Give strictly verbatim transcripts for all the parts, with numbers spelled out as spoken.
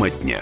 Тема дня.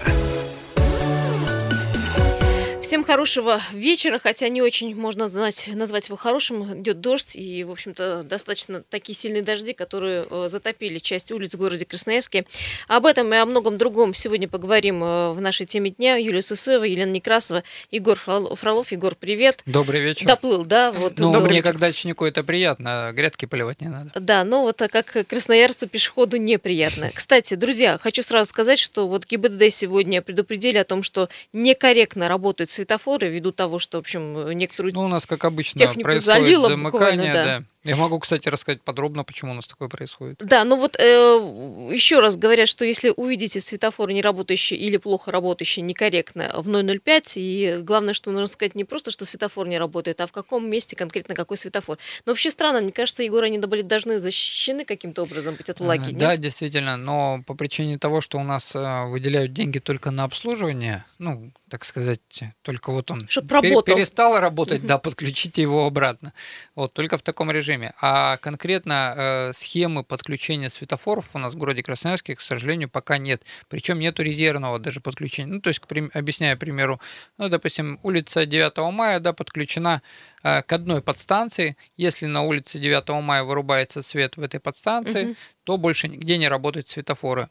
Всем хорошего вечера, хотя не очень можно знать, назвать его хорошим. Идет дождь и, в общем-то, достаточно такие сильные дожди, которые э, затопили часть улиц в городе Красноярске. Об этом и о многом другом сегодня поговорим э, в нашей теме дня. Юлия Сысоева, Елена Некрасова, Егор Фролов. Егор, привет. Добрый вечер. Доплыл, да? Вот, ну, добрый мне вечер. как дачнику это приятно, а грядки поливать не надо. Да, но вот а как красноярцу пешеходу неприятно. Кстати, друзья, хочу сразу сказать, что вот ГИБДД сегодня предупредили о том, что некорректно работают светофоры ввиду того, что, в общем, некоторую Ну, у нас, как обычно, технику происходит залило замыкание. буквально, да. Да. Я могу, кстати, рассказать подробно, почему у нас такое происходит. Да, ну вот э, еще раз говорят, что если увидите светофор не работающий или плохо работающий, некорректно в ноль ноль пять, и главное, что нужно сказать не просто, что светофор не работает, а в каком месте конкретно какой светофор. Но вообще странно, мне кажется, Егор, они были должны защищены каким-то образом быть от влаги, нет? Да, действительно, но по причине того, что у нас выделяют деньги только на обслуживание, ну, так сказать, только вот он пер- перестал работать, uh-huh. да, подключите его обратно. Вот, только в таком режиме. А конкретно э, схемы подключения светофоров у нас в городе Красноярске, к сожалению, пока нет. Причем нету резервного даже подключения. Ну, то есть, к прим... объясняю, к примеру, ну, допустим, улица девятого мая, да, подключена э, к одной подстанции. Если на улице девятого мая вырубается свет в этой подстанции, uh-huh. то больше нигде не работают светофоры.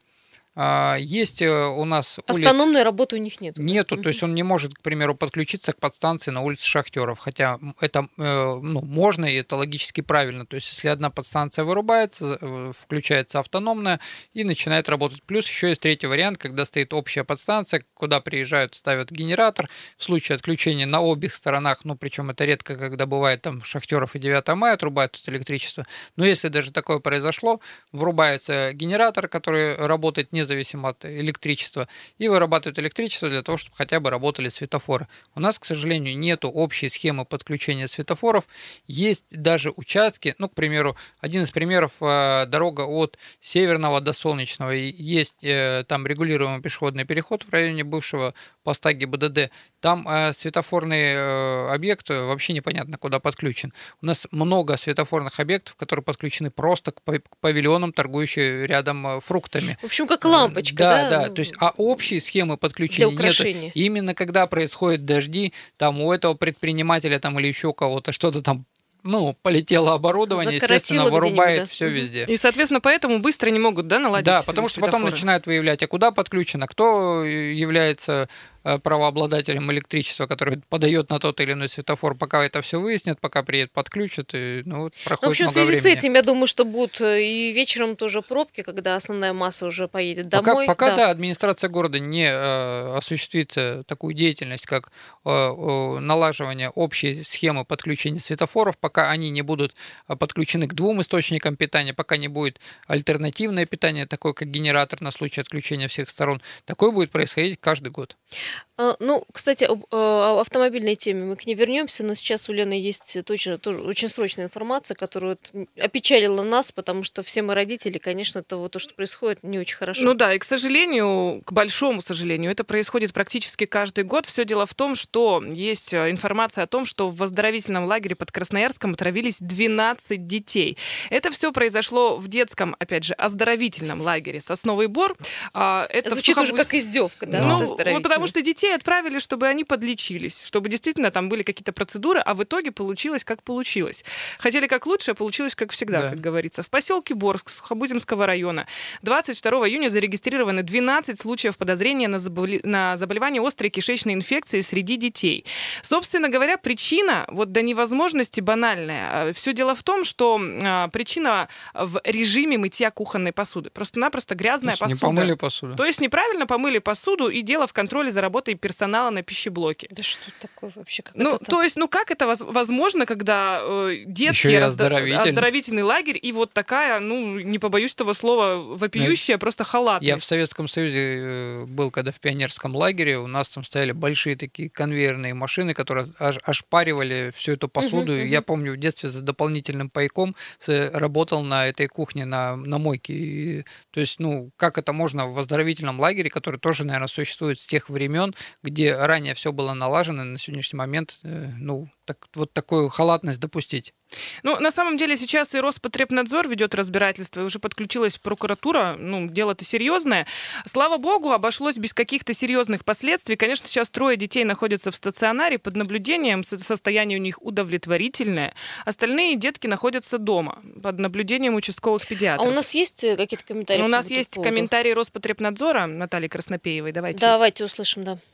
Есть у нас улиц... Автономной работы у них нет. Нету, да? То есть он не может, к примеру, подключиться к подстанции на улице Шахтеров, хотя это ну, можно и это логически правильно. То есть если одна подстанция вырубается, включается автономная и начинает работать. Плюс еще есть третий вариант, когда стоит общая подстанция, куда приезжают, ставят генератор. В случае отключения на обеих сторонах, ну причем это редко, когда бывает там Шахтеров и девятого мая отрубают тут электричество. Но если даже такое произошло, врубается генератор, который работает не независимо от электричества, и вырабатывают электричество для того, чтобы хотя бы работали светофоры. У нас, к сожалению, нету общей схемы подключения светофоров. Есть даже участки, ну, к примеру, один из примеров, дорога от Северного до Солнечного, есть там регулируемый пешеходный переход в районе бывшего поста ГИБДД. Там светофорный объект вообще непонятно куда подключен. У нас много светофорных объектов, которые подключены просто к павильонам, торгующим рядом фруктами. В общем, как лампочка, да? Да, да, то есть, а общей схемы подключения нет. Именно когда происходят дожди, там у этого предпринимателя там или еще у кого-то что-то там, ну, полетело оборудование, закоротило, естественно, вырубает да? все везде. И, соответственно, поэтому быстро не могут, да, наладить Да, потому что светофоры. потом начинают выявлять, а куда подключено, кто является правообладателем электричества, который подает на тот или иной светофор, пока это все выяснят, пока приедет, подключат, и ну, вот проходит ну, в общем, много в связи времени. с этим, я думаю, что будут и вечером тоже пробки, когда основная масса уже поедет домой. Пока, пока да. да, администрация города не э, осуществит такую деятельность, как э, э, налаживание общей схемы подключения светофоров, пока они не будут подключены к двум источникам питания, пока не будет альтернативное питание, такое как генератор на случай отключения всех сторон, такое будет происходить каждый год. Ну, кстати, об автомобильной теме мы к ней вернемся, но сейчас у Лены есть тоже, тоже очень срочная информация, которая опечалила нас, потому что все мы родители, конечно, это вот то, что происходит, не очень хорошо. Ну да, и, к сожалению, к большому сожалению, это происходит практически каждый год. Все дело в том, что есть информация о том, что в оздоровительном лагере под Красноярском отравились двенадцать детей. Это все произошло в детском, опять же, оздоровительном лагере «Сосновый Бор». Это звучит сухоб... уже как издевка, да? Ну, вот потому что детей отправили, чтобы они подлечились, чтобы действительно там были какие-то процедуры, а в итоге получилось, как получилось. Хотели как лучше, а получилось, как всегда, да. Как говорится. В поселке Борск Сухобузимского района двадцать второго июня зарегистрированы двенадцать случаев подозрения на, заболе... на заболевание острой кишечной инфекции среди детей. Собственно говоря, причина вот до невозможности банальная. Все дело в том, что а, причина в режиме мытья кухонной посуды. Просто-напросто грязная посуда. Не помыли посуду. То есть неправильно помыли посуду, и дело в контроле за работой персонала на пищеблоке. Да что такое вообще? Как ну, это то есть, ну как это возможно, когда э, детский оздоровитель. оздоровительный лагерь и вот такая, ну, не побоюсь этого слова, вопиющая, ну, просто халатность. Я в Советском Союзе был, когда в пионерском лагере, у нас там стояли большие такие конвейерные машины, которые аж, ошпаривали всю эту посуду. Uh-huh, uh-huh. Я помню, в детстве за дополнительным пайком работал на этой кухне, на, на мойке. И, то есть, ну, как это можно в оздоровительном лагере, который тоже, наверное, существует с тех времен, где ранее все было налажено, на сегодняшний момент, ну, так, вот такую халатность допустить? Ну, на самом деле сейчас и Роспотребнадзор ведет разбирательство, и уже подключилась прокуратура, ну, дело-то серьезное. Слава богу, обошлось без каких-то серьезных последствий. Конечно, сейчас трое детей находятся в стационаре под наблюдением, состояние у них удовлетворительное. Остальные детки находятся дома под наблюдением участковых педиатров. А у нас есть какие-то комментарии? У нас есть комментарий Роспотребнадзора Натальи Краснопеевой. Давайте. Давайте услышим, да.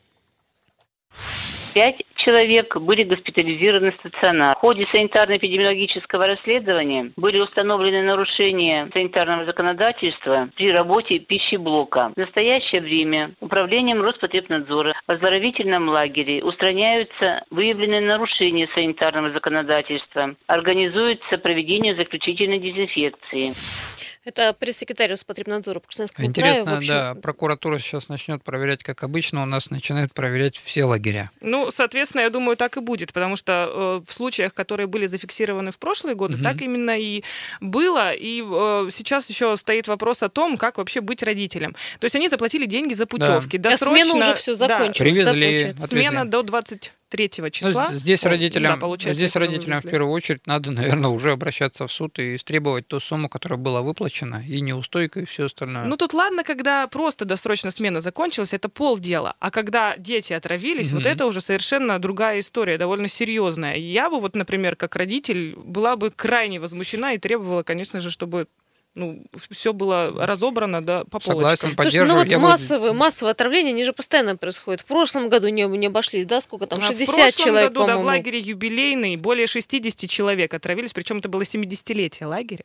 Пять человек были госпитализированы в стационар. В ходе санитарно-эпидемиологического расследования были установлены нарушения санитарного законодательства при работе пищеблока. В настоящее время управлением Роспотребнадзора в оздоровительном лагере устраняются выявленные нарушения санитарного законодательства. Организуется проведение заключительной дезинфекции. Это пресс-секретарь Роспотребнадзора по Красноярскому Интересно, краю. Общем... да, прокуратура сейчас начнет проверять, как обычно, у нас начинают проверять все лагеря. Ну, соответственно, я думаю, так и будет, потому что э, в случаях, которые были зафиксированы в прошлые годы, угу. так именно и было, и э, сейчас еще стоит вопрос о том, как вообще быть родителем. То есть они заплатили деньги за путевки. Да. Досрочно... А смена уже все закончилась. Да, привезли, да, смена до двадцать третьего числа. Ну, здесь родителям, да, здесь родителям в первую очередь надо, наверное, уже обращаться в суд и истребовать ту сумму, которая была выплачена, и неустойка, и все остальное. Ну тут ладно, когда просто досрочно смена закончилась, это полдела. А когда дети отравились, mm-hmm. вот это уже совершенно другая история, довольно серьезная. Я бы вот, например, как родитель, была бы крайне возмущена и требовала, конечно же, чтобы ну, все было разобрано, да, по Согласен, полочкам. Слушай, ну вот массовое, массовое отравление, они же постоянно происходят. В прошлом году не, не обошлись, да, сколько там, шестьдесят человек, году, по-моему. Да, в лагере юбилейный более шестьдесят человек отравились, причем это было семидесятилетие лагеря.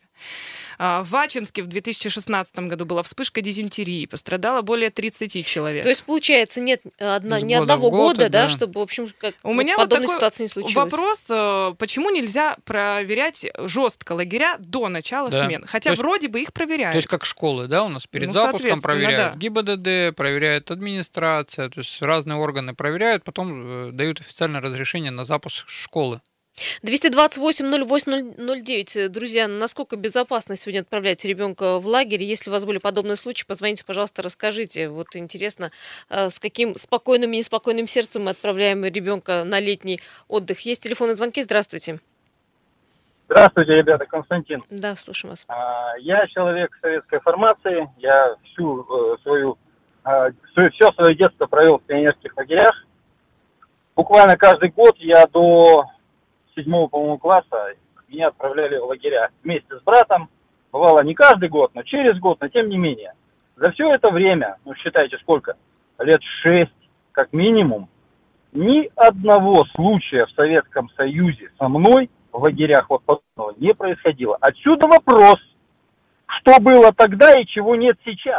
В Ачинске в две тысячи шестнадцатом году была вспышка дизентерии, пострадало более тридцати человек. То есть, получается, нет одна, ни одного года, года да, да, чтобы, в общем, как У вот меня подобной вот ситуации не случилось. Вопрос, почему нельзя проверять жестко лагеря до начала да. смен? Хотя есть, вроде бы их проверяют. То есть, как школы, да, у нас перед ну, запуском проверяют да. ГИБДД, проверяет администрация, то есть разные органы проверяют, потом э, дают официальное разрешение на запуск школы. двести двадцать восемь ноль восемь ноль девять. Друзья, насколько безопасно сегодня отправлять ребенка в лагерь? Если у вас были подобные случаи, позвоните, пожалуйста, расскажите. Вот интересно, с каким спокойным и неспокойным сердцем мы отправляем ребенка на летний отдых. Есть телефонные звонки? Здравствуйте. Здравствуйте, ребята, Константин. Да, слушаем вас. Я человек советской формации. Я всю свою, все свое детство провел в пионерских лагерях. Буквально каждый год я до седьмого, по-моему, класса меня отправляли в лагеря вместе с братом. Бывало не каждый год, но через год, но тем не менее. За все это время, ну считайте сколько, лет шесть как минимум, ни одного случая в Советском Союзе со мной в лагерях вот подобного не происходило. Отсюда вопрос, что было тогда и чего нет сейчас.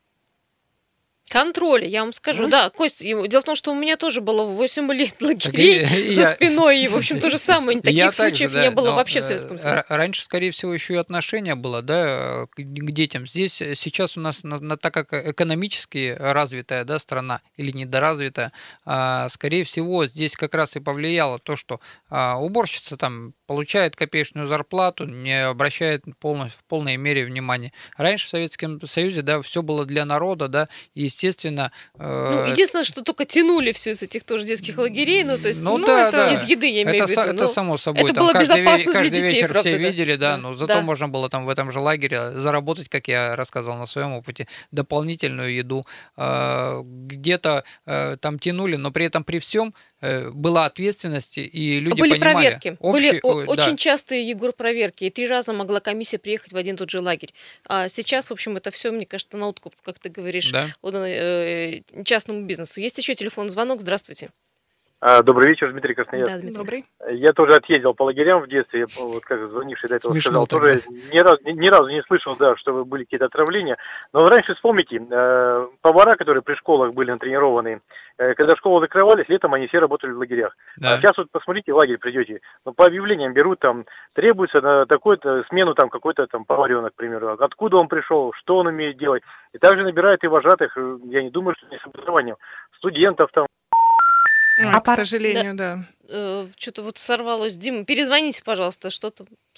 Контроля, я вам скажу. Mm-hmm. Да, Кость, дело в том, что у меня тоже было восемь лет лагерей так, за я... спиной, и, в общем, то же самое. Таких я случаев также, да, не было вообще в Советском Союзе. Раньше, скорее всего, еще и отношение было, да, к детям. Здесь сейчас у нас, на, на, так как экономически развитая, да, страна или недоразвитая, а, скорее всего, здесь как раз и повлияло то, что а, уборщица там получает копеечную зарплату, не обращает полно, в полной мере внимания. Раньше в Советском Союзе, да, все было для народа, да, и естественно... Э... Ну, единственное, что только тянули все из этих тоже детских лагерей, ну, то есть, ну, ну да, это да. из еды, я имею это, в виду. Это ну, само собой. Это там было каждый безопасно каждый для детей, вечер правда, все да. видели, да, да. но зато да. можно было там в этом же лагере заработать, как я рассказывал на своем опыте, дополнительную еду. Э, где-то э, там тянули, но при этом при всем э, была ответственность, и люди были понимали... проверки. Общий, были о, да. очень частые, Егор, проверки. И три раза могла комиссия приехать в один и тот же лагерь. А сейчас, в общем, это все, мне кажется, на откуп, как ты говоришь, да. отдано э, частному бизнесу. Есть еще телефонный звонок. Здравствуйте. Добрый вечер, Дмитрий Красноярский. Да, Дмитрий. Добрый. Я тоже отъездил по лагерям в детстве, вот как звонивший до этого Смешно сказал, тоже ни разу, ни, ни разу не слышал, да, что были какие-то отравления. Но раньше, вспомните, э, повара, которые при школах были натренированы, э, когда школы закрывались, летом они все работали в лагерях. Да. А сейчас вот посмотрите, в лагерь придете, ну, по объявлениям берут, там, требуется на такую-то смену, там, какой-то там поваренок, к примеру, откуда он пришел, что он умеет делать. И также набирают и вожатых, я не думаю, что с образованием, студентов там. А, к сожалению, да. да. Э, что-то вот сорвалось. Дима, перезвоните, пожалуйста, что-то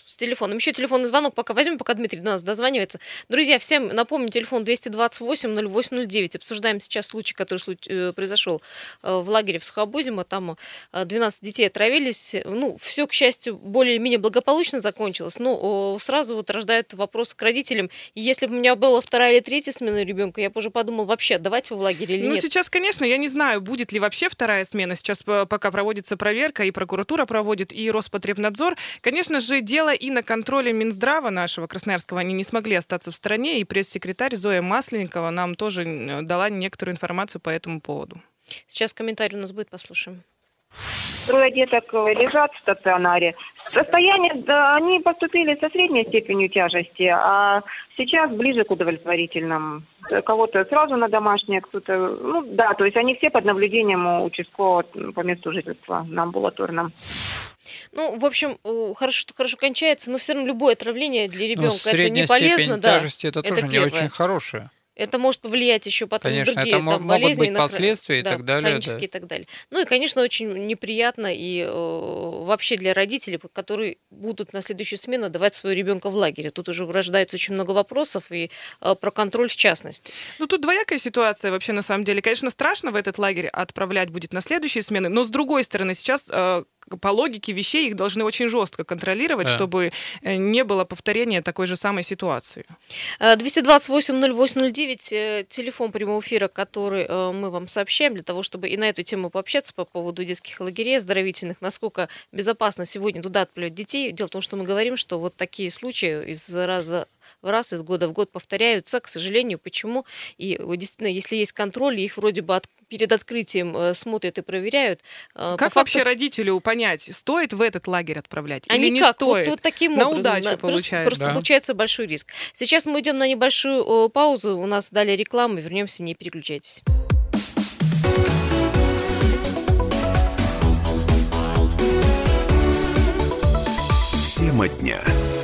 с телефоном. Еще телефонный звонок пока возьмем, пока Дмитрий до нас дозванивается. Друзья, всем напомню, телефон двести двадцать восемь ноль восемь ноль девять. Обсуждаем сейчас случай, который случай, произошел в лагере в Сухобузимо. Там двенадцать детей отравились. Ну, все, к счастью, более-менее благополучно закончилось. Но сразу вот рождают вопрос к родителям. И если бы у меня была вторая или третья смена ребенка, я бы уже подумал, вообще отдавать его в лагерь или ну, нет. Ну, сейчас, конечно, я не знаю, будет ли вообще вторая смена. Сейчас пока проводится проверка, и прокуратура проводит, и Роспотребнадзор. Конечно же, дело и на контроле Минздрава нашего Красноярского. Они не смогли остаться в стороне, и пресс-секретарь Зоя Масленникова нам тоже дала некоторую информацию по этому поводу. Сейчас комментарий у нас будет, послушаем. Трое деток лежат в стационаре. Состояние, да, они поступили со средней степенью тяжести, а сейчас ближе к удовлетворительному. Кого-то сразу на домашнее, кто-то... Ну да, то есть они все под наблюдением у участкового по месту жительства на амбулаторном. Ну, в общем, хорошо, что хорошо кончается, но все равно любое отравление для ребенка ну, это не полезно. Степень да, тяжести это, это тоже первое. Не очень хорошее. Это может повлиять еще потом конечно, на другие это там, могут болезни. быть последствия и да, так далее. Хронические да. и так далее. Ну и, конечно, очень неприятно и э, вообще для родителей, которые будут на следующую смену давать своего ребенка в лагере. Тут уже рождается очень много вопросов и э, про контроль в частности. Ну тут двоякая ситуация вообще на самом деле. Конечно, страшно в этот лагерь отправлять будет на следующие смены, но с другой стороны сейчас... Э, по логике вещей их должны очень жестко контролировать, да. чтобы не было повторения такой же самой ситуации. двести двадцать восемь ноль восемь ноль девять, телефон прямого эфира, который мы вам сообщаем, для того, чтобы и на эту тему пообщаться по поводу детских лагерей оздоровительных, насколько безопасно сегодня туда отправлять детей. Дело в том, что мы говорим, что вот такие случаи из раза в раз, из года в год повторяются, к сожалению. Почему? И действительно, если есть контроль, их вроде бы от, перед открытием смотрят и проверяют. Как факту... вообще родителю понять, стоит в этот лагерь отправлять а или никак. не стоит? Вот, вот таким на образом. удачу на, получается. Просто, просто да. получается большой риск. Сейчас мы идем на небольшую о, паузу. У нас далее реклама. Вернемся, не переключайтесь. Тема дня.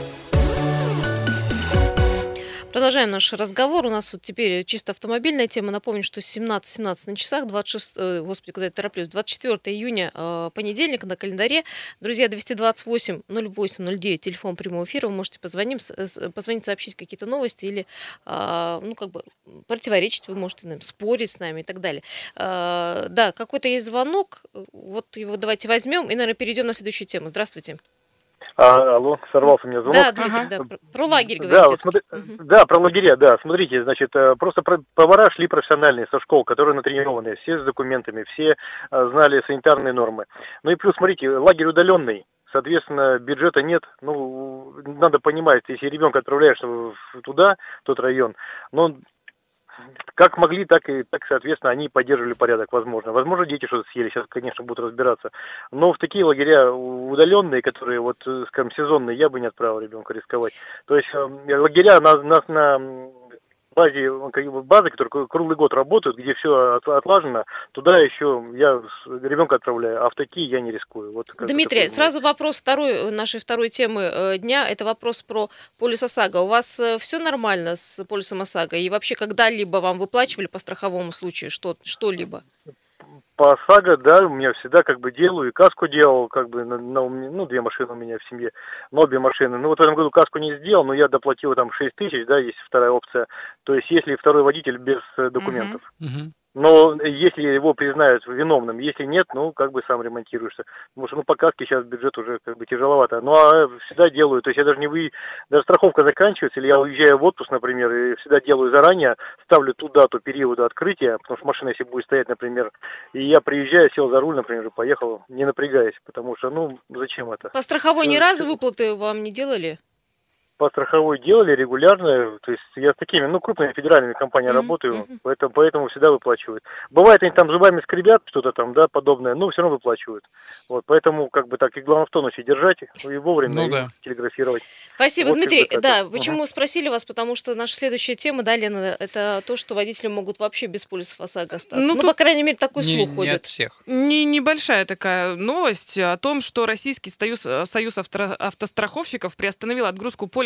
Продолжаем наш разговор. У нас вот теперь чисто автомобильная тема. Напомню, что семнадцать семнадцать на часах, двадцать шестое, господи, куда я тороплюсь, двадцать четвёртое июня, э, понедельник на календаре. Друзья, двести двадцать восемь ноль восемь ноль девять, телефон прямого эфира. Вы можете позвонить, позвонить, сообщить какие-то новости или, э, ну, как бы, противоречить, вы можете нам спорить с нами и так далее. Э, да, какой-то есть звонок, вот его давайте возьмем и, наверное, перейдем на следующую тему. Здравствуйте. А, алло, сорвался у меня звонок. Да, Дмитрий, ага. да, про, про лагерь да, говорите. вот смотри, угу. Да, про лагеря, да. Смотрите, значит, просто повара шли профессиональные со школ, которые натренированные, все с документами, все знали санитарные нормы. Ну и плюс, смотрите, лагерь удаленный. Соответственно, бюджета нет. Ну, надо понимать, если ребенка отправляешь туда, в тот район, но как могли, так и, так, соответственно, они поддерживали порядок, возможно. Возможно, дети что-то съели, сейчас, конечно, будут разбираться. Но в такие лагеря удаленные, которые, вот, скажем, сезонные, я бы не отправил ребенка рисковать. То есть лагеря на, на, на базе, базы, которые круглый год работают, где все отлажено, туда еще я ребенка отправляю, а в такие я не рискую. Вот Дмитрий, сразу вопрос второй, нашей второй темы дня, это вопрос про полис ОСАГО. У вас все нормально с полисом ОСАГО? И вообще когда-либо вам выплачивали по страховому случаю что, что-либо? По ОСАГО, да, у меня всегда как бы делаю, и каску делал, как бы, на, на, ну, две машины у меня в семье, но обе машины. Ну, вот в этом году каску не сделал, но я доплатил там шесть тысяч, да, есть вторая опция. То есть, если второй водитель без документов. Uh-huh. Но если его признают виновным, если нет, ну, как бы сам ремонтируешься. Потому что, ну, по каске сейчас бюджет уже как бы тяжеловато. Ну, а всегда делаю, то есть я даже не вы... Даже страховка заканчивается, или я уезжаю в отпуск, например, и всегда делаю заранее, ставлю ту дату периода открытия, потому что машина, если будет стоять, например, и я приезжаю, сел за руль, например, и поехал, не напрягаясь, потому что, ну, зачем это? По страховой ни разу выплаты вам не делали? По страховой делали регулярно, то есть я с такими, ну, крупными федеральными компаниями mm-hmm. работаю, mm-hmm. поэтому, поэтому всегда выплачивают. Бывает, они там зубами скребят, что-то там, да, подобное, но все равно выплачивают. Вот, поэтому, как бы так, и главное в тонусе держать, и вовремя ну, да. телеграфировать. Спасибо, вот, Дмитрий. Да, вот. почему угу. спросили вас, потому что наша следующая тема, да, Лена, это то, что водители могут вообще без полисов ОСАГО остаться. Ну, ну по крайней мере, такой не, слух не ходит. От всех. Не, небольшая такая новость о том, что Российский союз, союз автостраховщиков приостановил отгрузку полиса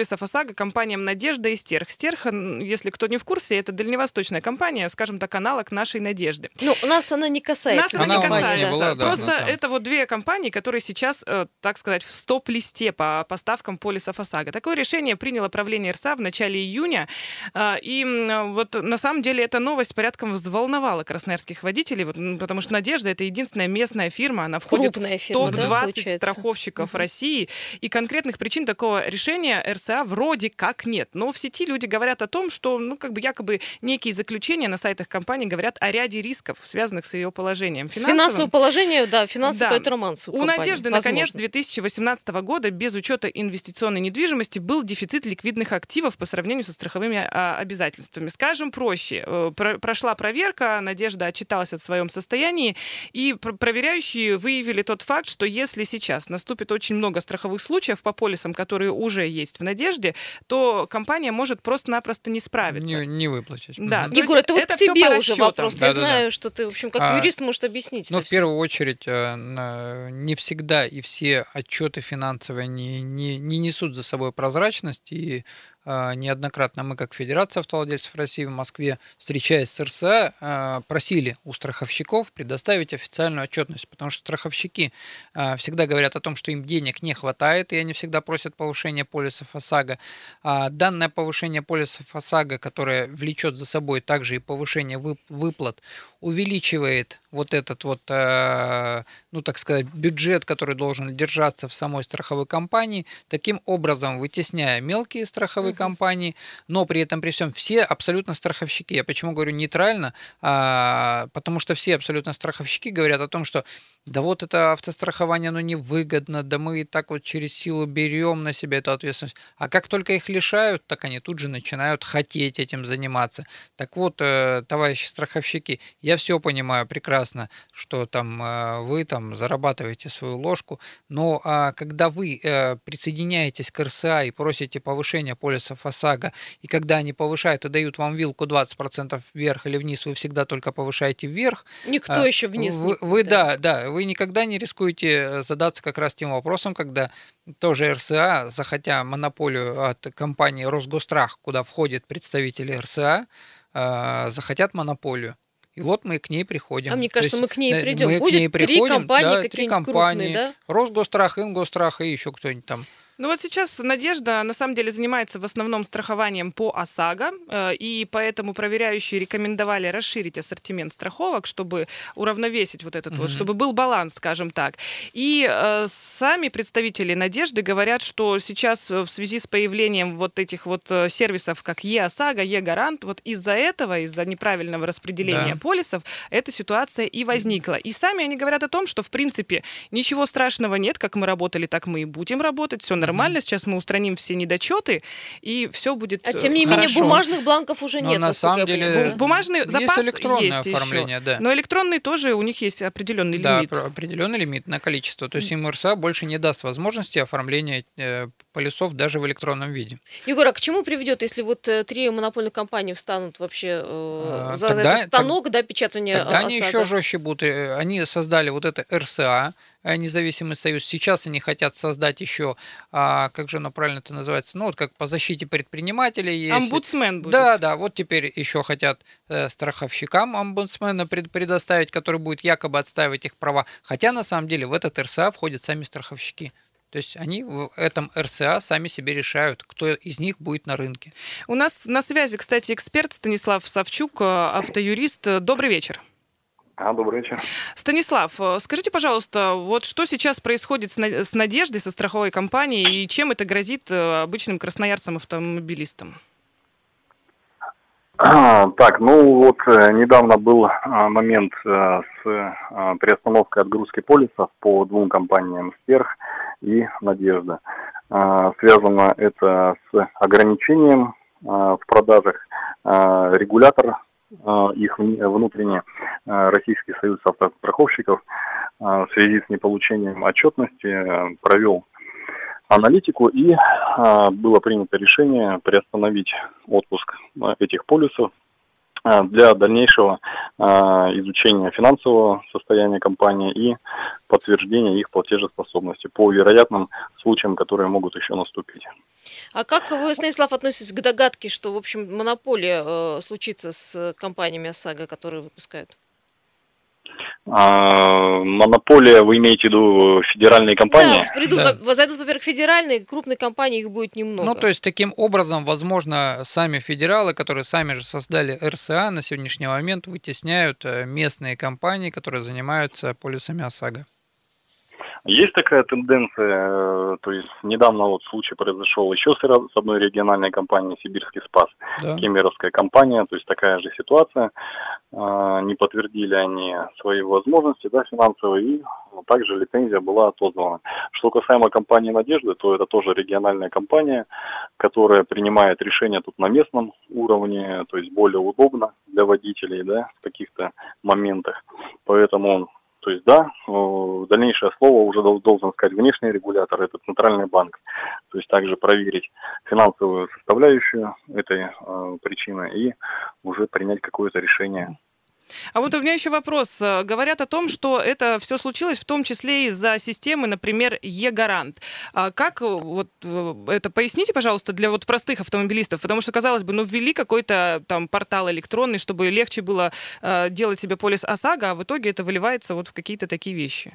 полисов ОСАГО компаниям «Надежда» и «Стерх». «Стерх», если кто не в курсе, это дальневосточная компания, скажем так, аналог нашей «Надежды». Ну, у нас она не касается. Нас она не не касается. Не была, да, Просто ну, это вот две компании, которые сейчас, так сказать, в стоп-листе по поставкам полисов ОСАГО. Такое решение приняло правление РСА в начале июня. И вот на самом деле эта новость порядком взволновала красноярских водителей, вот, потому что «Надежда» — это единственная местная фирма, она входит Крупная в фирма, топ двадцать да, страховщиков угу. России. И конкретных причин такого решения РСА вроде как нет. Но в сети люди говорят о том, что, ну, как бы якобы некие заключения на сайтах компании говорят о ряде рисков, связанных с ее положением. Финансовое положение, да, финансовый да. перформанс. У, у «Надежды» на конец две тысячи восемнадцатого года без учета инвестиционной недвижимости был дефицит ликвидных активов по сравнению со страховыми а, обязательствами. Скажем проще, э, про, прошла проверка, «Надежда» отчиталась о своем состоянии, и пр- проверяющие выявили тот факт, что если сейчас наступит очень много страховых случаев по полисам, которые уже есть в «Надежде», то компания может просто-напросто не справиться. Не, не выплатить. Да. Угу. Егор, это вот это к тебе уже вопрос. Да, Я да, знаю, да. что ты, в общем, как а, юрист, можешь объяснить. Ну, в первую очередь, не всегда и все отчеты финансовые не, не, не несут за собой прозрачность, и неоднократно мы, как Федерация автовладельцев России в Москве, встречаясь с РСА, просили у страховщиков предоставить официальную отчетность, потому что страховщики всегда говорят о том, что им денег не хватает, и они всегда просят повышения полисов ОСАГО. Данное повышение полисов ОСАГО, которое влечет за собой также и повышение выплат, увеличивает вот этот вот, ну так сказать, бюджет, который должен держаться в самой страховой компании, таким образом вытесняя мелкие страховые компании, но при этом при всем все абсолютно страховщики. Я почему говорю нейтрально? А, потому что все абсолютно страховщики говорят о том, что да вот это автострахование, оно невыгодно, да мы и так вот через силу берем на себя эту ответственность. А как только их лишают, так они тут же начинают хотеть этим заниматься. Так вот, товарищи страховщики, я все понимаю прекрасно, что там вы там зарабатываете свою ложку, но когда вы присоединяетесь к РСА и просите повышения полисов ОСАГО, и когда они повышают и дают вам вилку двадцать процентов вверх или вниз, вы всегда только повышаете вверх. Никто еще вниз вы, не вы, да, да, вы никогда не рискуете задаться как раз тем вопросом, когда тоже РСА, захотя монополию от компании Росгострах, куда входят представители РСА, захотят монополию. И вот мы к ней приходим. А мне кажется, есть, мы к ней придем. Мы Будет к ней три приходим, компании да, какие-нибудь три компании, крупные, да? Росгострах, Ингострах и еще кто-нибудь там. Ну вот сейчас «Надежда» на самом деле занимается в основном страхованием по ОСАГО, и поэтому проверяющие рекомендовали расширить ассортимент страховок, чтобы уравновесить вот этот mm-hmm. вот, чтобы был баланс, скажем так. И э, сами представители «Надежды» говорят, что сейчас в связи с появлением вот этих вот сервисов, как Е-ОСАГО, Е-Гарант, вот из-за этого, из-за неправильного распределения да. полисов, эта ситуация и возникла. И сами они говорят о том, что в принципе ничего страшного нет, как мы работали, так мы и будем работать, все нормально. Нормально, сейчас мы устраним все недочеты, и все будет А тем не хорошо. менее бумажных бланков уже но нет. На самом деле бумажный есть запас электронное есть оформление, еще. да. Но электронный тоже, у них есть определенный да, лимит. Да, определенный лимит на количество. То есть им РСА больше не даст возможности оформления э, полисов даже в электронном виде. Егор, а к чему приведет, если вот э, три монопольных компании встанут вообще э, а, за тогда, этот станок, так, да, печатания Тогда ОСАГО? Они еще жестче будут. Они создали вот это РСА, независимый союз. Сейчас они хотят создать еще, а, как же оно правильно это называется, ну вот как по защите предпринимателей есть. Омбудсмен будет. Да, да, вот теперь еще хотят э, страховщикам омбудсмена пред, предоставить, который будет якобы отстаивать их права. Хотя на самом деле в этот РСА входят сами страховщики. То есть они в этом РСА сами себе решают, кто из них будет на рынке. У нас на связи, кстати, эксперт Станислав Савчук, автоюрист. Добрый вечер. А, добрый вечер. Станислав, скажите, пожалуйста, вот что сейчас происходит с «Надеждой», со страховой компанией, и чем это грозит обычным красноярцам-автомобилистам? Так, ну вот недавно был момент с приостановкой отгрузки полисов по двум компаниям «Стерх» и «Надежда». Связано это с ограничением в продажах. Регулятор их внутренний, Российский союз автостраховщиков, в связи с неполучением отчетности провел аналитику, и было принято решение приостановить отпуск этих полисов для дальнейшего изучения финансового состояния компании и подтверждения их платежеспособности по вероятным случаям, которые могут еще наступить. А как вы, Станислав, относитесь к догадке, что, в общем, монополия э, случится с компаниями ОСАГО, которые выпускают? А, монополия, вы имеете в виду федеральные компании? Да, придут, да. Зайдут, во-первых, федеральные, крупные компании, их будет немного. Ну, то есть, таким образом, возможно, сами федералы, которые сами же создали эр эс а, на сегодняшний момент вытесняют местные компании, которые занимаются полисами ОСАГО. Есть такая тенденция, то есть недавно вот случай произошел еще с одной региональной компанией «Сибирский Спас», да. Кемеровская компания, то есть такая же ситуация, не подтвердили они свои возможности, да, финансовые, и также лицензия была отозвана. Что касаемо компании «Надежда», то это тоже региональная компания, которая принимает решения тут на местном уровне, то есть более удобно для водителей, да, в каких-то моментах, поэтому... То есть, да, дальнейшее слово уже должен сказать внешний регулятор, это Центральный банк. То есть, также проверить финансовую составляющую этой э, причины и уже принять какое-то решение. А вот у меня еще вопрос. Говорят о том, что это все случилось в том числе из-за системы, например, Е-Гарант. А как вот это поясните, пожалуйста, для вот простых автомобилистов? Потому что, казалось бы, ну ввели какой-то там портал электронный, чтобы легче было э, делать себе полис ОСАГО, а в итоге это выливается вот в какие-то такие вещи.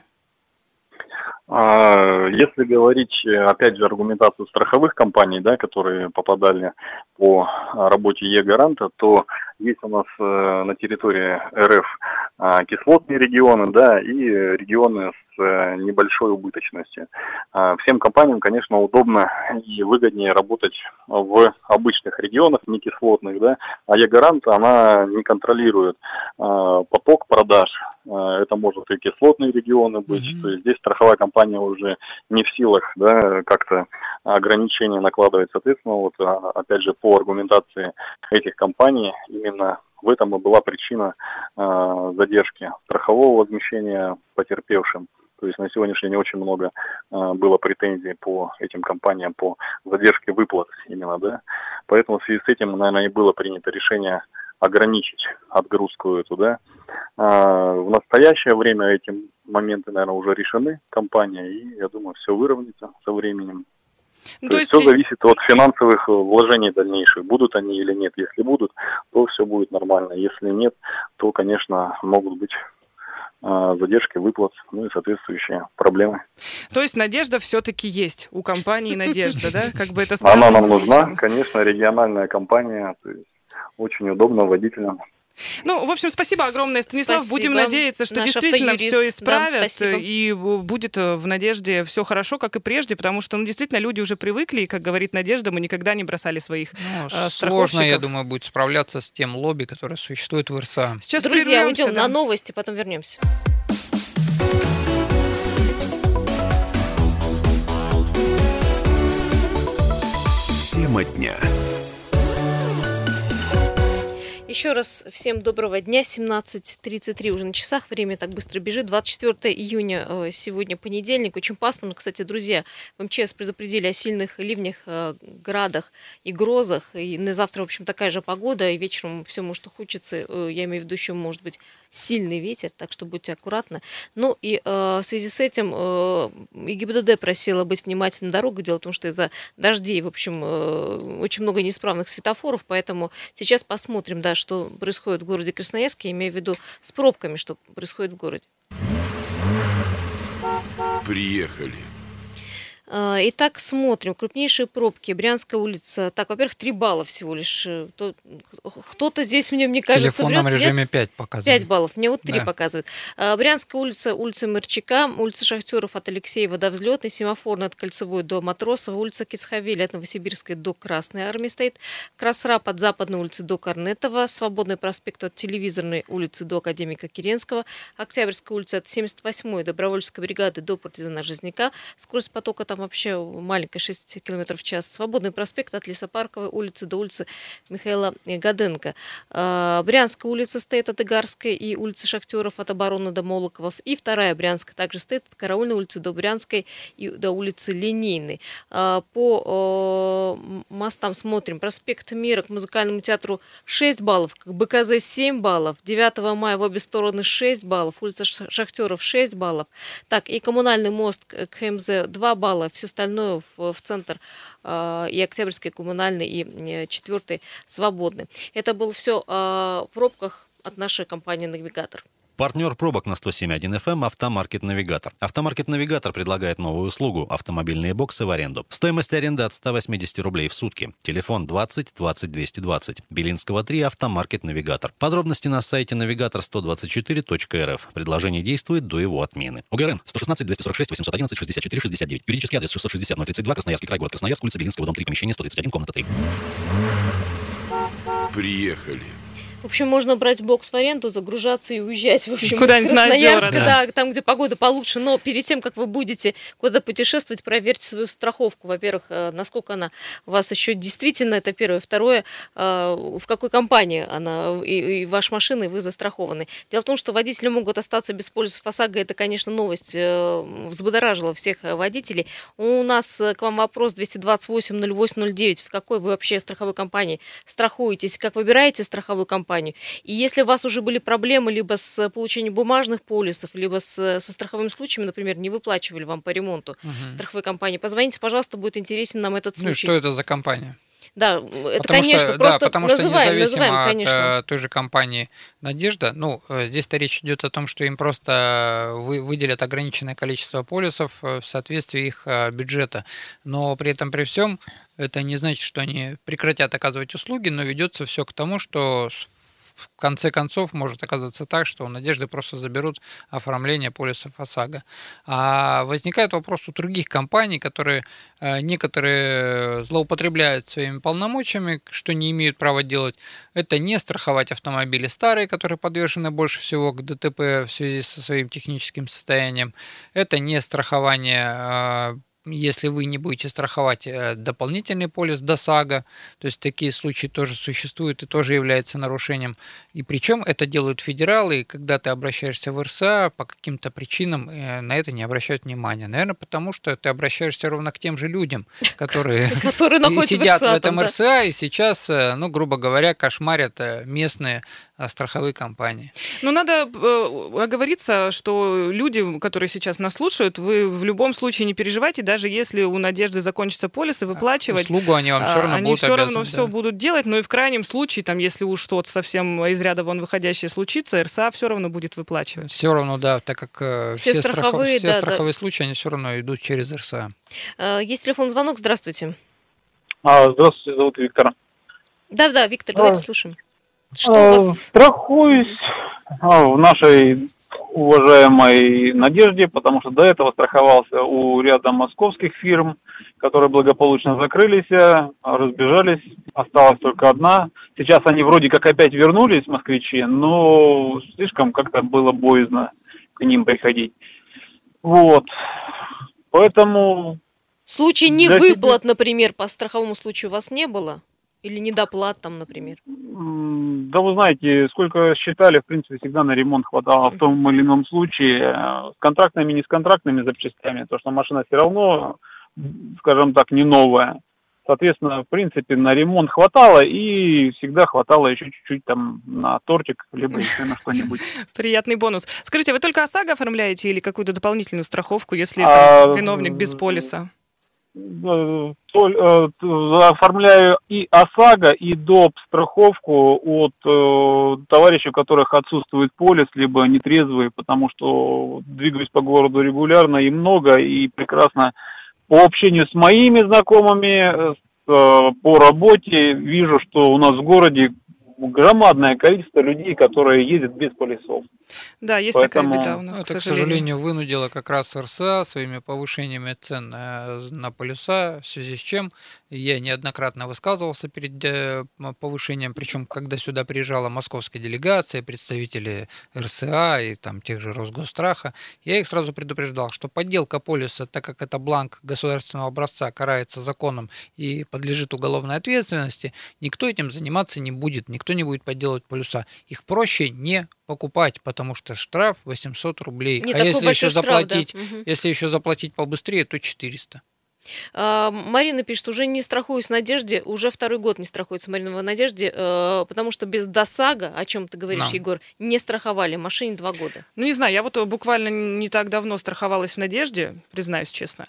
Если говорить, опять же, аргументацию страховых компаний, да, которые попадали по работе Е-Гаранта, то есть у нас на территории эр эф кислотные регионы, да, и регионы с небольшой убыточностью. Всем компаниям, конечно, удобно и выгоднее работать в обычных регионах, не кислотных, да, а Е-Гарант, она не контролирует поток продаж. Это может и кислотные регионы быть, mm-hmm. то есть здесь страховая компания уже не в силах, да, как-то ограничения накладывать, соответственно, вот опять же по аргументации этих компаний именно в этом и была причина э, задержки страхового возмещения потерпевшим. То есть на сегодняшний день очень много э, было претензий по этим компаниям по задержке выплат именно, да. Поэтому в связи с этим, наверное, и было принято решение ограничить отгрузку эту, да. А, в настоящее время эти моменты, наверное, уже решены компанией, и я думаю, все выровняется со временем. Ну, то, то есть все зависит от финансовых вложений дальнейших, будут они или нет. Если будут, то все будет нормально. Если нет, то, конечно, могут быть задержки выплат, ну и соответствующие проблемы. То есть надежда все-таки есть у компании «Надежда», да? Как бы это странно. Она нам нужна, конечно, региональная компания, то есть очень удобно водителям. Ну, в общем, спасибо огромное, Станислав. Спасибо. Будем надеяться, что Наш действительно все исправят, да, и будет в «Надежде» все хорошо, как и прежде, потому что, ну, действительно, люди уже привыкли, и, как говорит Надежда, мы никогда не бросали своих ну, э, сложно, я думаю, будет справляться с тем лобби, которое существует в эр эс а. Сейчас Друзья, уйдем да. на новости, потом вернемся. Тема дня. Еще раз всем доброго дня. семнадцать тридцать три уже на часах. Время так быстро бежит. двадцать четвёртого июня сегодня понедельник. Очень пасмурно. Кстати, друзья, в эм че эс предупредили о сильных ливнях, градах и грозах. И на завтра, в общем, такая же погода. И вечером все может ухудшиться. Я имею в виду, еще может быть сильный ветер, так что будьте аккуратны. Ну и э, в связи с этим э, и гэ бэ дэ дэ просила быть внимательным на дорогах. Дело в том, что из-за дождей, в общем, э, очень много неисправных светофоров, поэтому сейчас посмотрим, да, что происходит в городе Красноярске, имея в виду с пробками, что происходит в городе. Приехали. Итак, смотрим. Крупнейшие пробки. Брянская улица. Так, во-первых, три балла всего лишь. Кто-то здесь мне, мне кажется... В телефонном врет. режиме пять показывает. пять баллов. Мне вот три да. показывает. Брянская улица, улица Мырчака, улица Шахтеров от Алексеева до Взлетной, Семафорная от Кольцевой до Матросова, улица Кицхавели от Новосибирской до Красной Армии стоит, Красрап от Западной улицы до Корнетова, Свободный проспект от Телевизорной улицы до Академика Керенского, Октябрьская улица от семьдесят восьмой Добровольческой бригады до Партизана Жизняка, скорость потока там вообще маленькая, шесть километров в час. Свободный проспект от Лесопарковой улицы до улицы Михаила Гаденко. Брянская улица стоит от Игарской и улицы Шахтеров от Обороны до Молоковов. И вторая Брянская также стоит от Караульной улицы до Брянской и до улицы Линейной. По мостам смотрим. Проспект Мира к Музыкальному театру шесть баллов, к БКЗ семь баллов, девятого мая в обе стороны шесть баллов, улица Шахтеров шесть баллов. Так, и Коммунальный мост к ХМЗ два балла, все остальное в, в центр э, и Октябрьский коммунальный, и четвертый свободный. Это было все в пробках от нашей компании «Навигатор». Партнер пробок на сто семь и один эф эм «Автомаркет Навигатор». «Автомаркет Навигатор» предлагает новую услугу – автомобильные боксы в аренду. Стоимость аренды от ста восьмидесяти рублей в сутки. Телефон двадцать двадцать двести двадцать. Белинского три, «Автомаркет Навигатор». Подробности на сайте навигатор сто двадцать четыре точка эр эф. Предложение действует до его отмены. ОГРН сто шестнадцать двести сорок шесть восемьсот одиннадцать шестьдесят четыре шестьдесят девять. Юридический адрес шестьсот шестьдесят ноль тридцать два, Красноярский край, город Красноярск, улица Белинского, дом три, помещение сто тридцать один, комната три. Приехали. В общем, можно брать бокс в аренду, загружаться и уезжать, в общем, куда-нибудь из Красноярска, на озера, да. да, там, где погода получше. Но перед тем, как вы будете куда-то путешествовать, проверьте свою страховку. Во-первых, насколько она у вас еще действительно, это первое. Второе, в какой компании она и, и ваша машина, и вы застрахованы. Дело в том, что водители могут остаться без полисов ОСАГО. Это, конечно, новость взбудоражила всех водителей. У нас к вам вопрос двести двадцать восемь ноль восемь ноль девять. В какой вы вообще страховой компании страхуетесь? Как выбираете страховую компанию? И если у вас уже были проблемы либо с получением бумажных полисов, либо с, со страховыми случаями, например, не выплачивали вам по ремонту угу. страховой компании, позвоните, пожалуйста, будет интересен нам этот случай. Ну и что это за компания? Да, это, потому конечно, что, просто да, потому называем, что независимо называем, конечно. от той же компании «Надежда», ну, здесь-то речь идет о том, что им просто вы, выделят ограниченное количество полисов в соответствии их бюджета, но при этом, при всем, это не значит, что они прекратят оказывать услуги, но ведется все к тому, что в конце концов может оказаться так, что у «Надежды» просто заберут оформление полисов ОСАГО. А возникает вопрос у других компаний, которые некоторые злоупотребляют своими полномочиями, что не имеют права делать. Это не страховать автомобили старые, которые подвержены больше всего к ДТП в связи со своим техническим состоянием. Это не страхование, если вы не будете страховать дополнительный полис ДОСАГО, то есть такие случаи тоже существуют и тоже являются нарушением. И причем это делают федералы, и когда ты обращаешься в эр эс а, по каким-то причинам на это не обращают внимания. Наверное, потому что ты обращаешься ровно к тем же людям, которые сидят в этом эр эс а и сейчас, ну, грубо говоря, кошмарят местные страховые компании. Ну, надо э, оговориться, что люди, которые сейчас нас слушают, вы в любом случае не переживайте, даже если у «Надежды» закончатся полисы, выплачивать. Услугу они вам все равно они будут все обязаны, равно да. все будут делать, но и в крайнем случае, там, если уж что-то совсем из ряда вон выходящее случится, эр эс а все равно будет выплачивать. Все равно, да, так как э, все, все страховые, страховые, да, страховые да. случаи, они все равно идут через эр эс а. Есть телефон, звонок, здравствуйте. А, здравствуйте, зовут Виктор. Да-да, Виктор, говорите, а, слушаем. Что а, у вас? Страхуюсь а, в нашей уважаемой «Надежде», потому что до этого страховался у ряда московских фирм, которые благополучно закрылись, разбежались, осталась только одна. Сейчас они вроде как опять вернулись, москвичи, но слишком как-то было боязно к ним приходить. Вот. Поэтому... Случай невыплат, например, по страховому случаю у вас не было? Или недоплат там, например? Да вы знаете, сколько считали, в принципе, всегда на ремонт хватало в том или ином случае. С контрактными, не с контрактными запчастями, потому что машина все равно, скажем так, не новая. Соответственно, в принципе, на ремонт хватало, и всегда хватало еще чуть-чуть там на тортик, либо еще на что-нибудь. Приятный бонус. Скажите, вы только ОСАГО оформляете или какую-то дополнительную страховку, если там виновник без полиса? Оформляю и ОСАГО, и ДОП страховку от э, товарищей, у которых отсутствует полис, либо нетрезвые, потому что двигаюсь по городу регулярно и много, и прекрасно по общению с моими знакомыми, с, э, по работе вижу, что у нас в городе громадное количество людей, которые ездят без полисов. Да, есть Поэтому... такая беда у нас, Это, к к сожалению. сожалению, вынудило как раз эр эс а своими повышениями цен на полюса, в связи с чем я неоднократно высказывался перед э, повышением, причем когда сюда приезжала московская делегация, представители эр эс а и там тех же Росгосстраха, я их сразу предупреждал, что подделка полюса, так как это бланк государственного образца, карается законом и подлежит уголовной ответственности, никто этим заниматься не будет, никто не будет подделывать полюса. Их проще не покупать, потому что штраф восемьсот рублей. Не а такой если большой еще штраф, заплатить, да. Угу. если еще заплатить побыстрее, то четыреста. А, Марина пишет, уже не страхуюсь в Надежде, уже второй год не страхуется Марина в Надежде, э, потому что без ДОСАГО, о чем ты говоришь, No. Егор, не страховали машине два года. Ну, не знаю, я вот буквально не так давно страховалась в Надежде, признаюсь честно,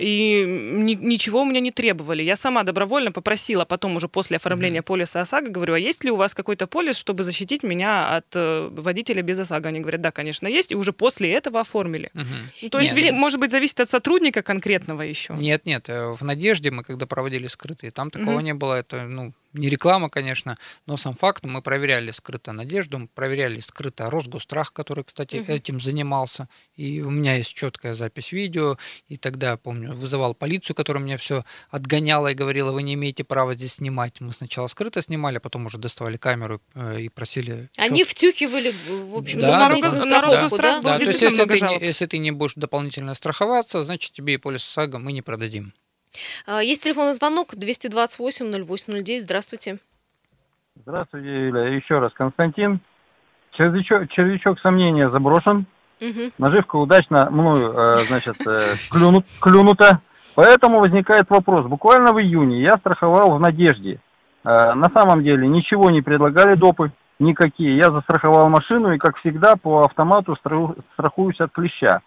и ни, ничего у меня не требовали. Я сама добровольно попросила потом уже после оформления mm-hmm. полиса ОСАГО, говорю, а есть ли у вас какой-то полис, чтобы защитить меня от э, водителя без ОСАГО? Они говорят, да, конечно, есть, и уже после этого оформили. Mm-hmm. Ну, то есть, Нет. может быть, зависит от сотрудника конкретного еще? Нет. Нет, в «Надежде» мы когда проводили скрытые, там такого mm-hmm. не было. Это, ну, не реклама, конечно, но сам факт, мы проверяли скрыто «Надежду», мы проверяли скрыто Росгосстрах, который, кстати, mm-hmm. этим занимался. И у меня есть четкая запись видео. И тогда, помню, вызывал полицию, которая меня все отгоняла и говорила, вы не имеете права здесь снимать. Мы сначала скрыто снимали, потом уже доставали камеру и просили... Они чет... втюхивали, в общем, да, дополнительную да, страховку, да? да? да, да. То есть, если ты, не, если ты не будешь дополнительно страховаться, значит, тебе и полис ОСАГО мы не продадим. Есть телефонный звонок двести двадцать восемь ноль восемь ноль девять. Здравствуйте. Здравствуйте, Юля. Еще раз, Константин. Червячок, червячок сомнения заброшен. Угу. Наживка удачно мною, значит, клюнут, клюнута. Поэтому возникает вопрос. Буквально в июне я страховал в «Надежде». На самом деле ничего не предлагали допы, никакие. Я застраховал машину и, как всегда, по автомату страхуюсь от клеща.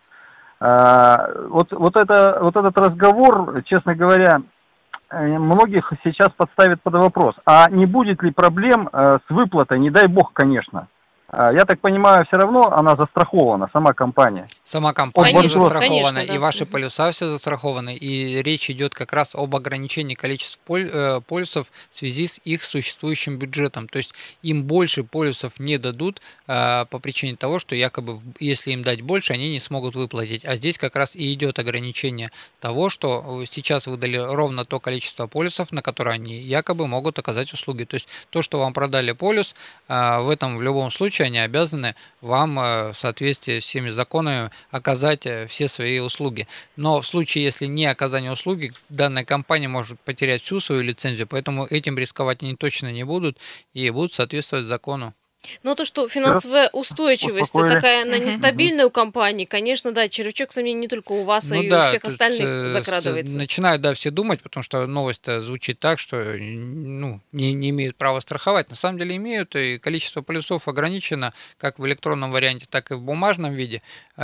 Вот, вот, это, вот этот разговор, честно говоря, многих сейчас подставит под вопрос. А не будет ли проблем с выплатой, не дай бог, конечно. Я так понимаю, все равно она застрахована, сама компания. Сама компания конечно, застрахована, конечно, да. И ваши полюса все застрахованы, и речь идет как раз об ограничении количества полюсов в связи с их существующим бюджетом. То есть им больше полюсов не дадут а, по причине того, что якобы, если им дать больше, они не смогут выплатить. А здесь как раз и идет ограничение того, что сейчас выдали ровно то количество полюсов, на которые они якобы могут оказать услуги. То есть то, что вам продали полюс, а, в этом в любом случае они обязаны вам в соответствии с всеми законами оказать все свои услуги. Но в случае, если не оказание услуги, данная компания может потерять всю свою лицензию, поэтому этим рисковать они точно не будут и будут соответствовать закону. Но то, что финансовая устойчивость такая, она нестабильная у компании, конечно, да, червячок сомнений не только у вас, ну, а и да, у всех остальных закрадывается. Начинают, да, все думать, потому что новость звучит так, что ну, не, не имеют права страховать. На самом деле имеют, и количество полюсов ограничено как в электронном варианте, так и в бумажном виде.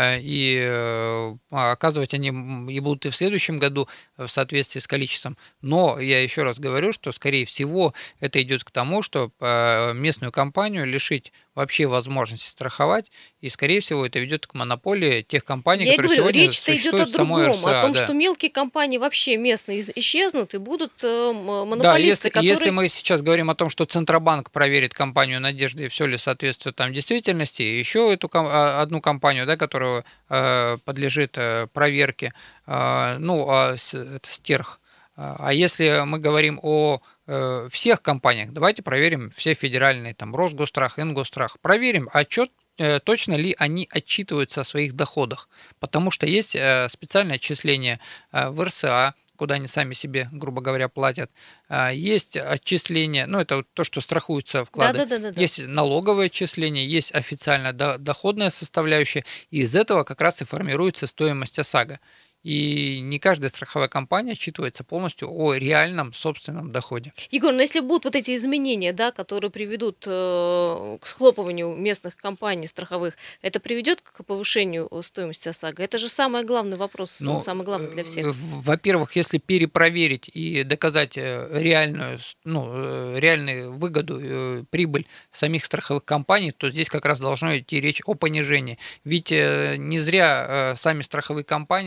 И оказывать они и будут и в следующем году в соответствии с количеством. Но я еще раз говорю, что, скорее всего, это идет к тому, что местную компанию лишить вообще возможности страховать, и, скорее всего, это ведет к монополии тех компаний, я которые говорю, сегодня речь-то существуют идет о в самой другом, эр эс а. О том, да. что мелкие компании вообще местные исчезнут, и будут монополисты, да, если, которые... если мы сейчас говорим о том, что Центробанк проверит компанию «Надежда» и все ли соответствует там действительности, еще эту одну компанию, да, которая э, подлежит э, проверке, э, ну, э, это Стерх. А если мы говорим о э, всех компаниях, давайте проверим все федеральные, там, Росгосстрах, Ингосстрах, проверим, отчет, э, точно ли они отчитываются о своих доходах, потому что есть э, специальное отчисление э, в эр эс а, куда они сами себе, грубо говоря, платят. Есть отчисления, ну, это то, что страхуются вклады. Да, да, да, да. Есть налоговое отчисление, есть официально доходная составляющая, и из этого как раз и формируется стоимость ОСАГО. И не каждая страховая компания отчитывается полностью о реальном собственном доходе. Егор, но если будут вот эти изменения, да, которые приведут э, к схлопыванию местных компаний страховых, это приведет к повышению стоимости ОСАГО? Это же самый главный вопрос, ну, самый главный для всех. Во-первых, если перепроверить и доказать реальную, ну, реальную выгоду, прибыль самих страховых компаний, то здесь как раз должно идти речь о понижении. Ведь не зря сами страховые компании заговорили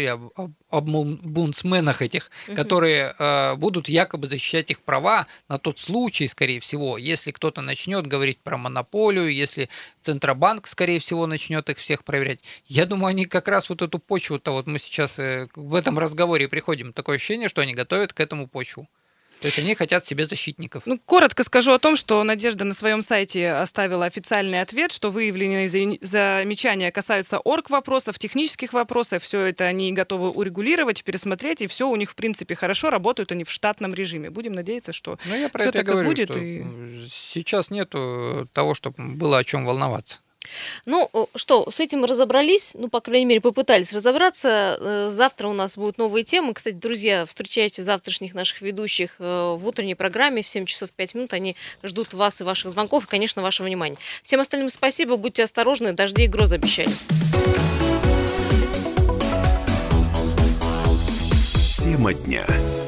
говорили об, об, об омбудсменах этих, угу. которые э, будут якобы защищать их права на тот случай, скорее всего, если кто-то начнет говорить про монополию, если Центробанк, скорее всего, начнет их всех проверять. Я думаю, они как раз вот эту почву-то, вот мы сейчас э, в этом разговоре приходим, такое ощущение, что они готовят к этому почву. То есть они хотят себе защитников. Ну, коротко скажу о том, что Надежда на своем сайте оставила официальный ответ, что выявленные замечания касаются орг-вопросов, технических вопросов. Все это они готовы урегулировать, пересмотреть, и все у них, в принципе, хорошо, работают они в штатном режиме. Будем надеяться, что ну, я про все это так и говорю, будет. Что и... Сейчас нету того, чтобы было о чем волноваться. Ну, что, с этим мы разобрались, ну, по крайней мере, попытались разобраться. Завтра у нас будут новые темы. Кстати, друзья, встречайте завтрашних наших ведущих в утренней программе в семь часов пять минут. Они ждут вас и ваших звонков, и, конечно, вашего внимания. Всем остальным спасибо, будьте осторожны, дожди и грозы обещали. Тема дня.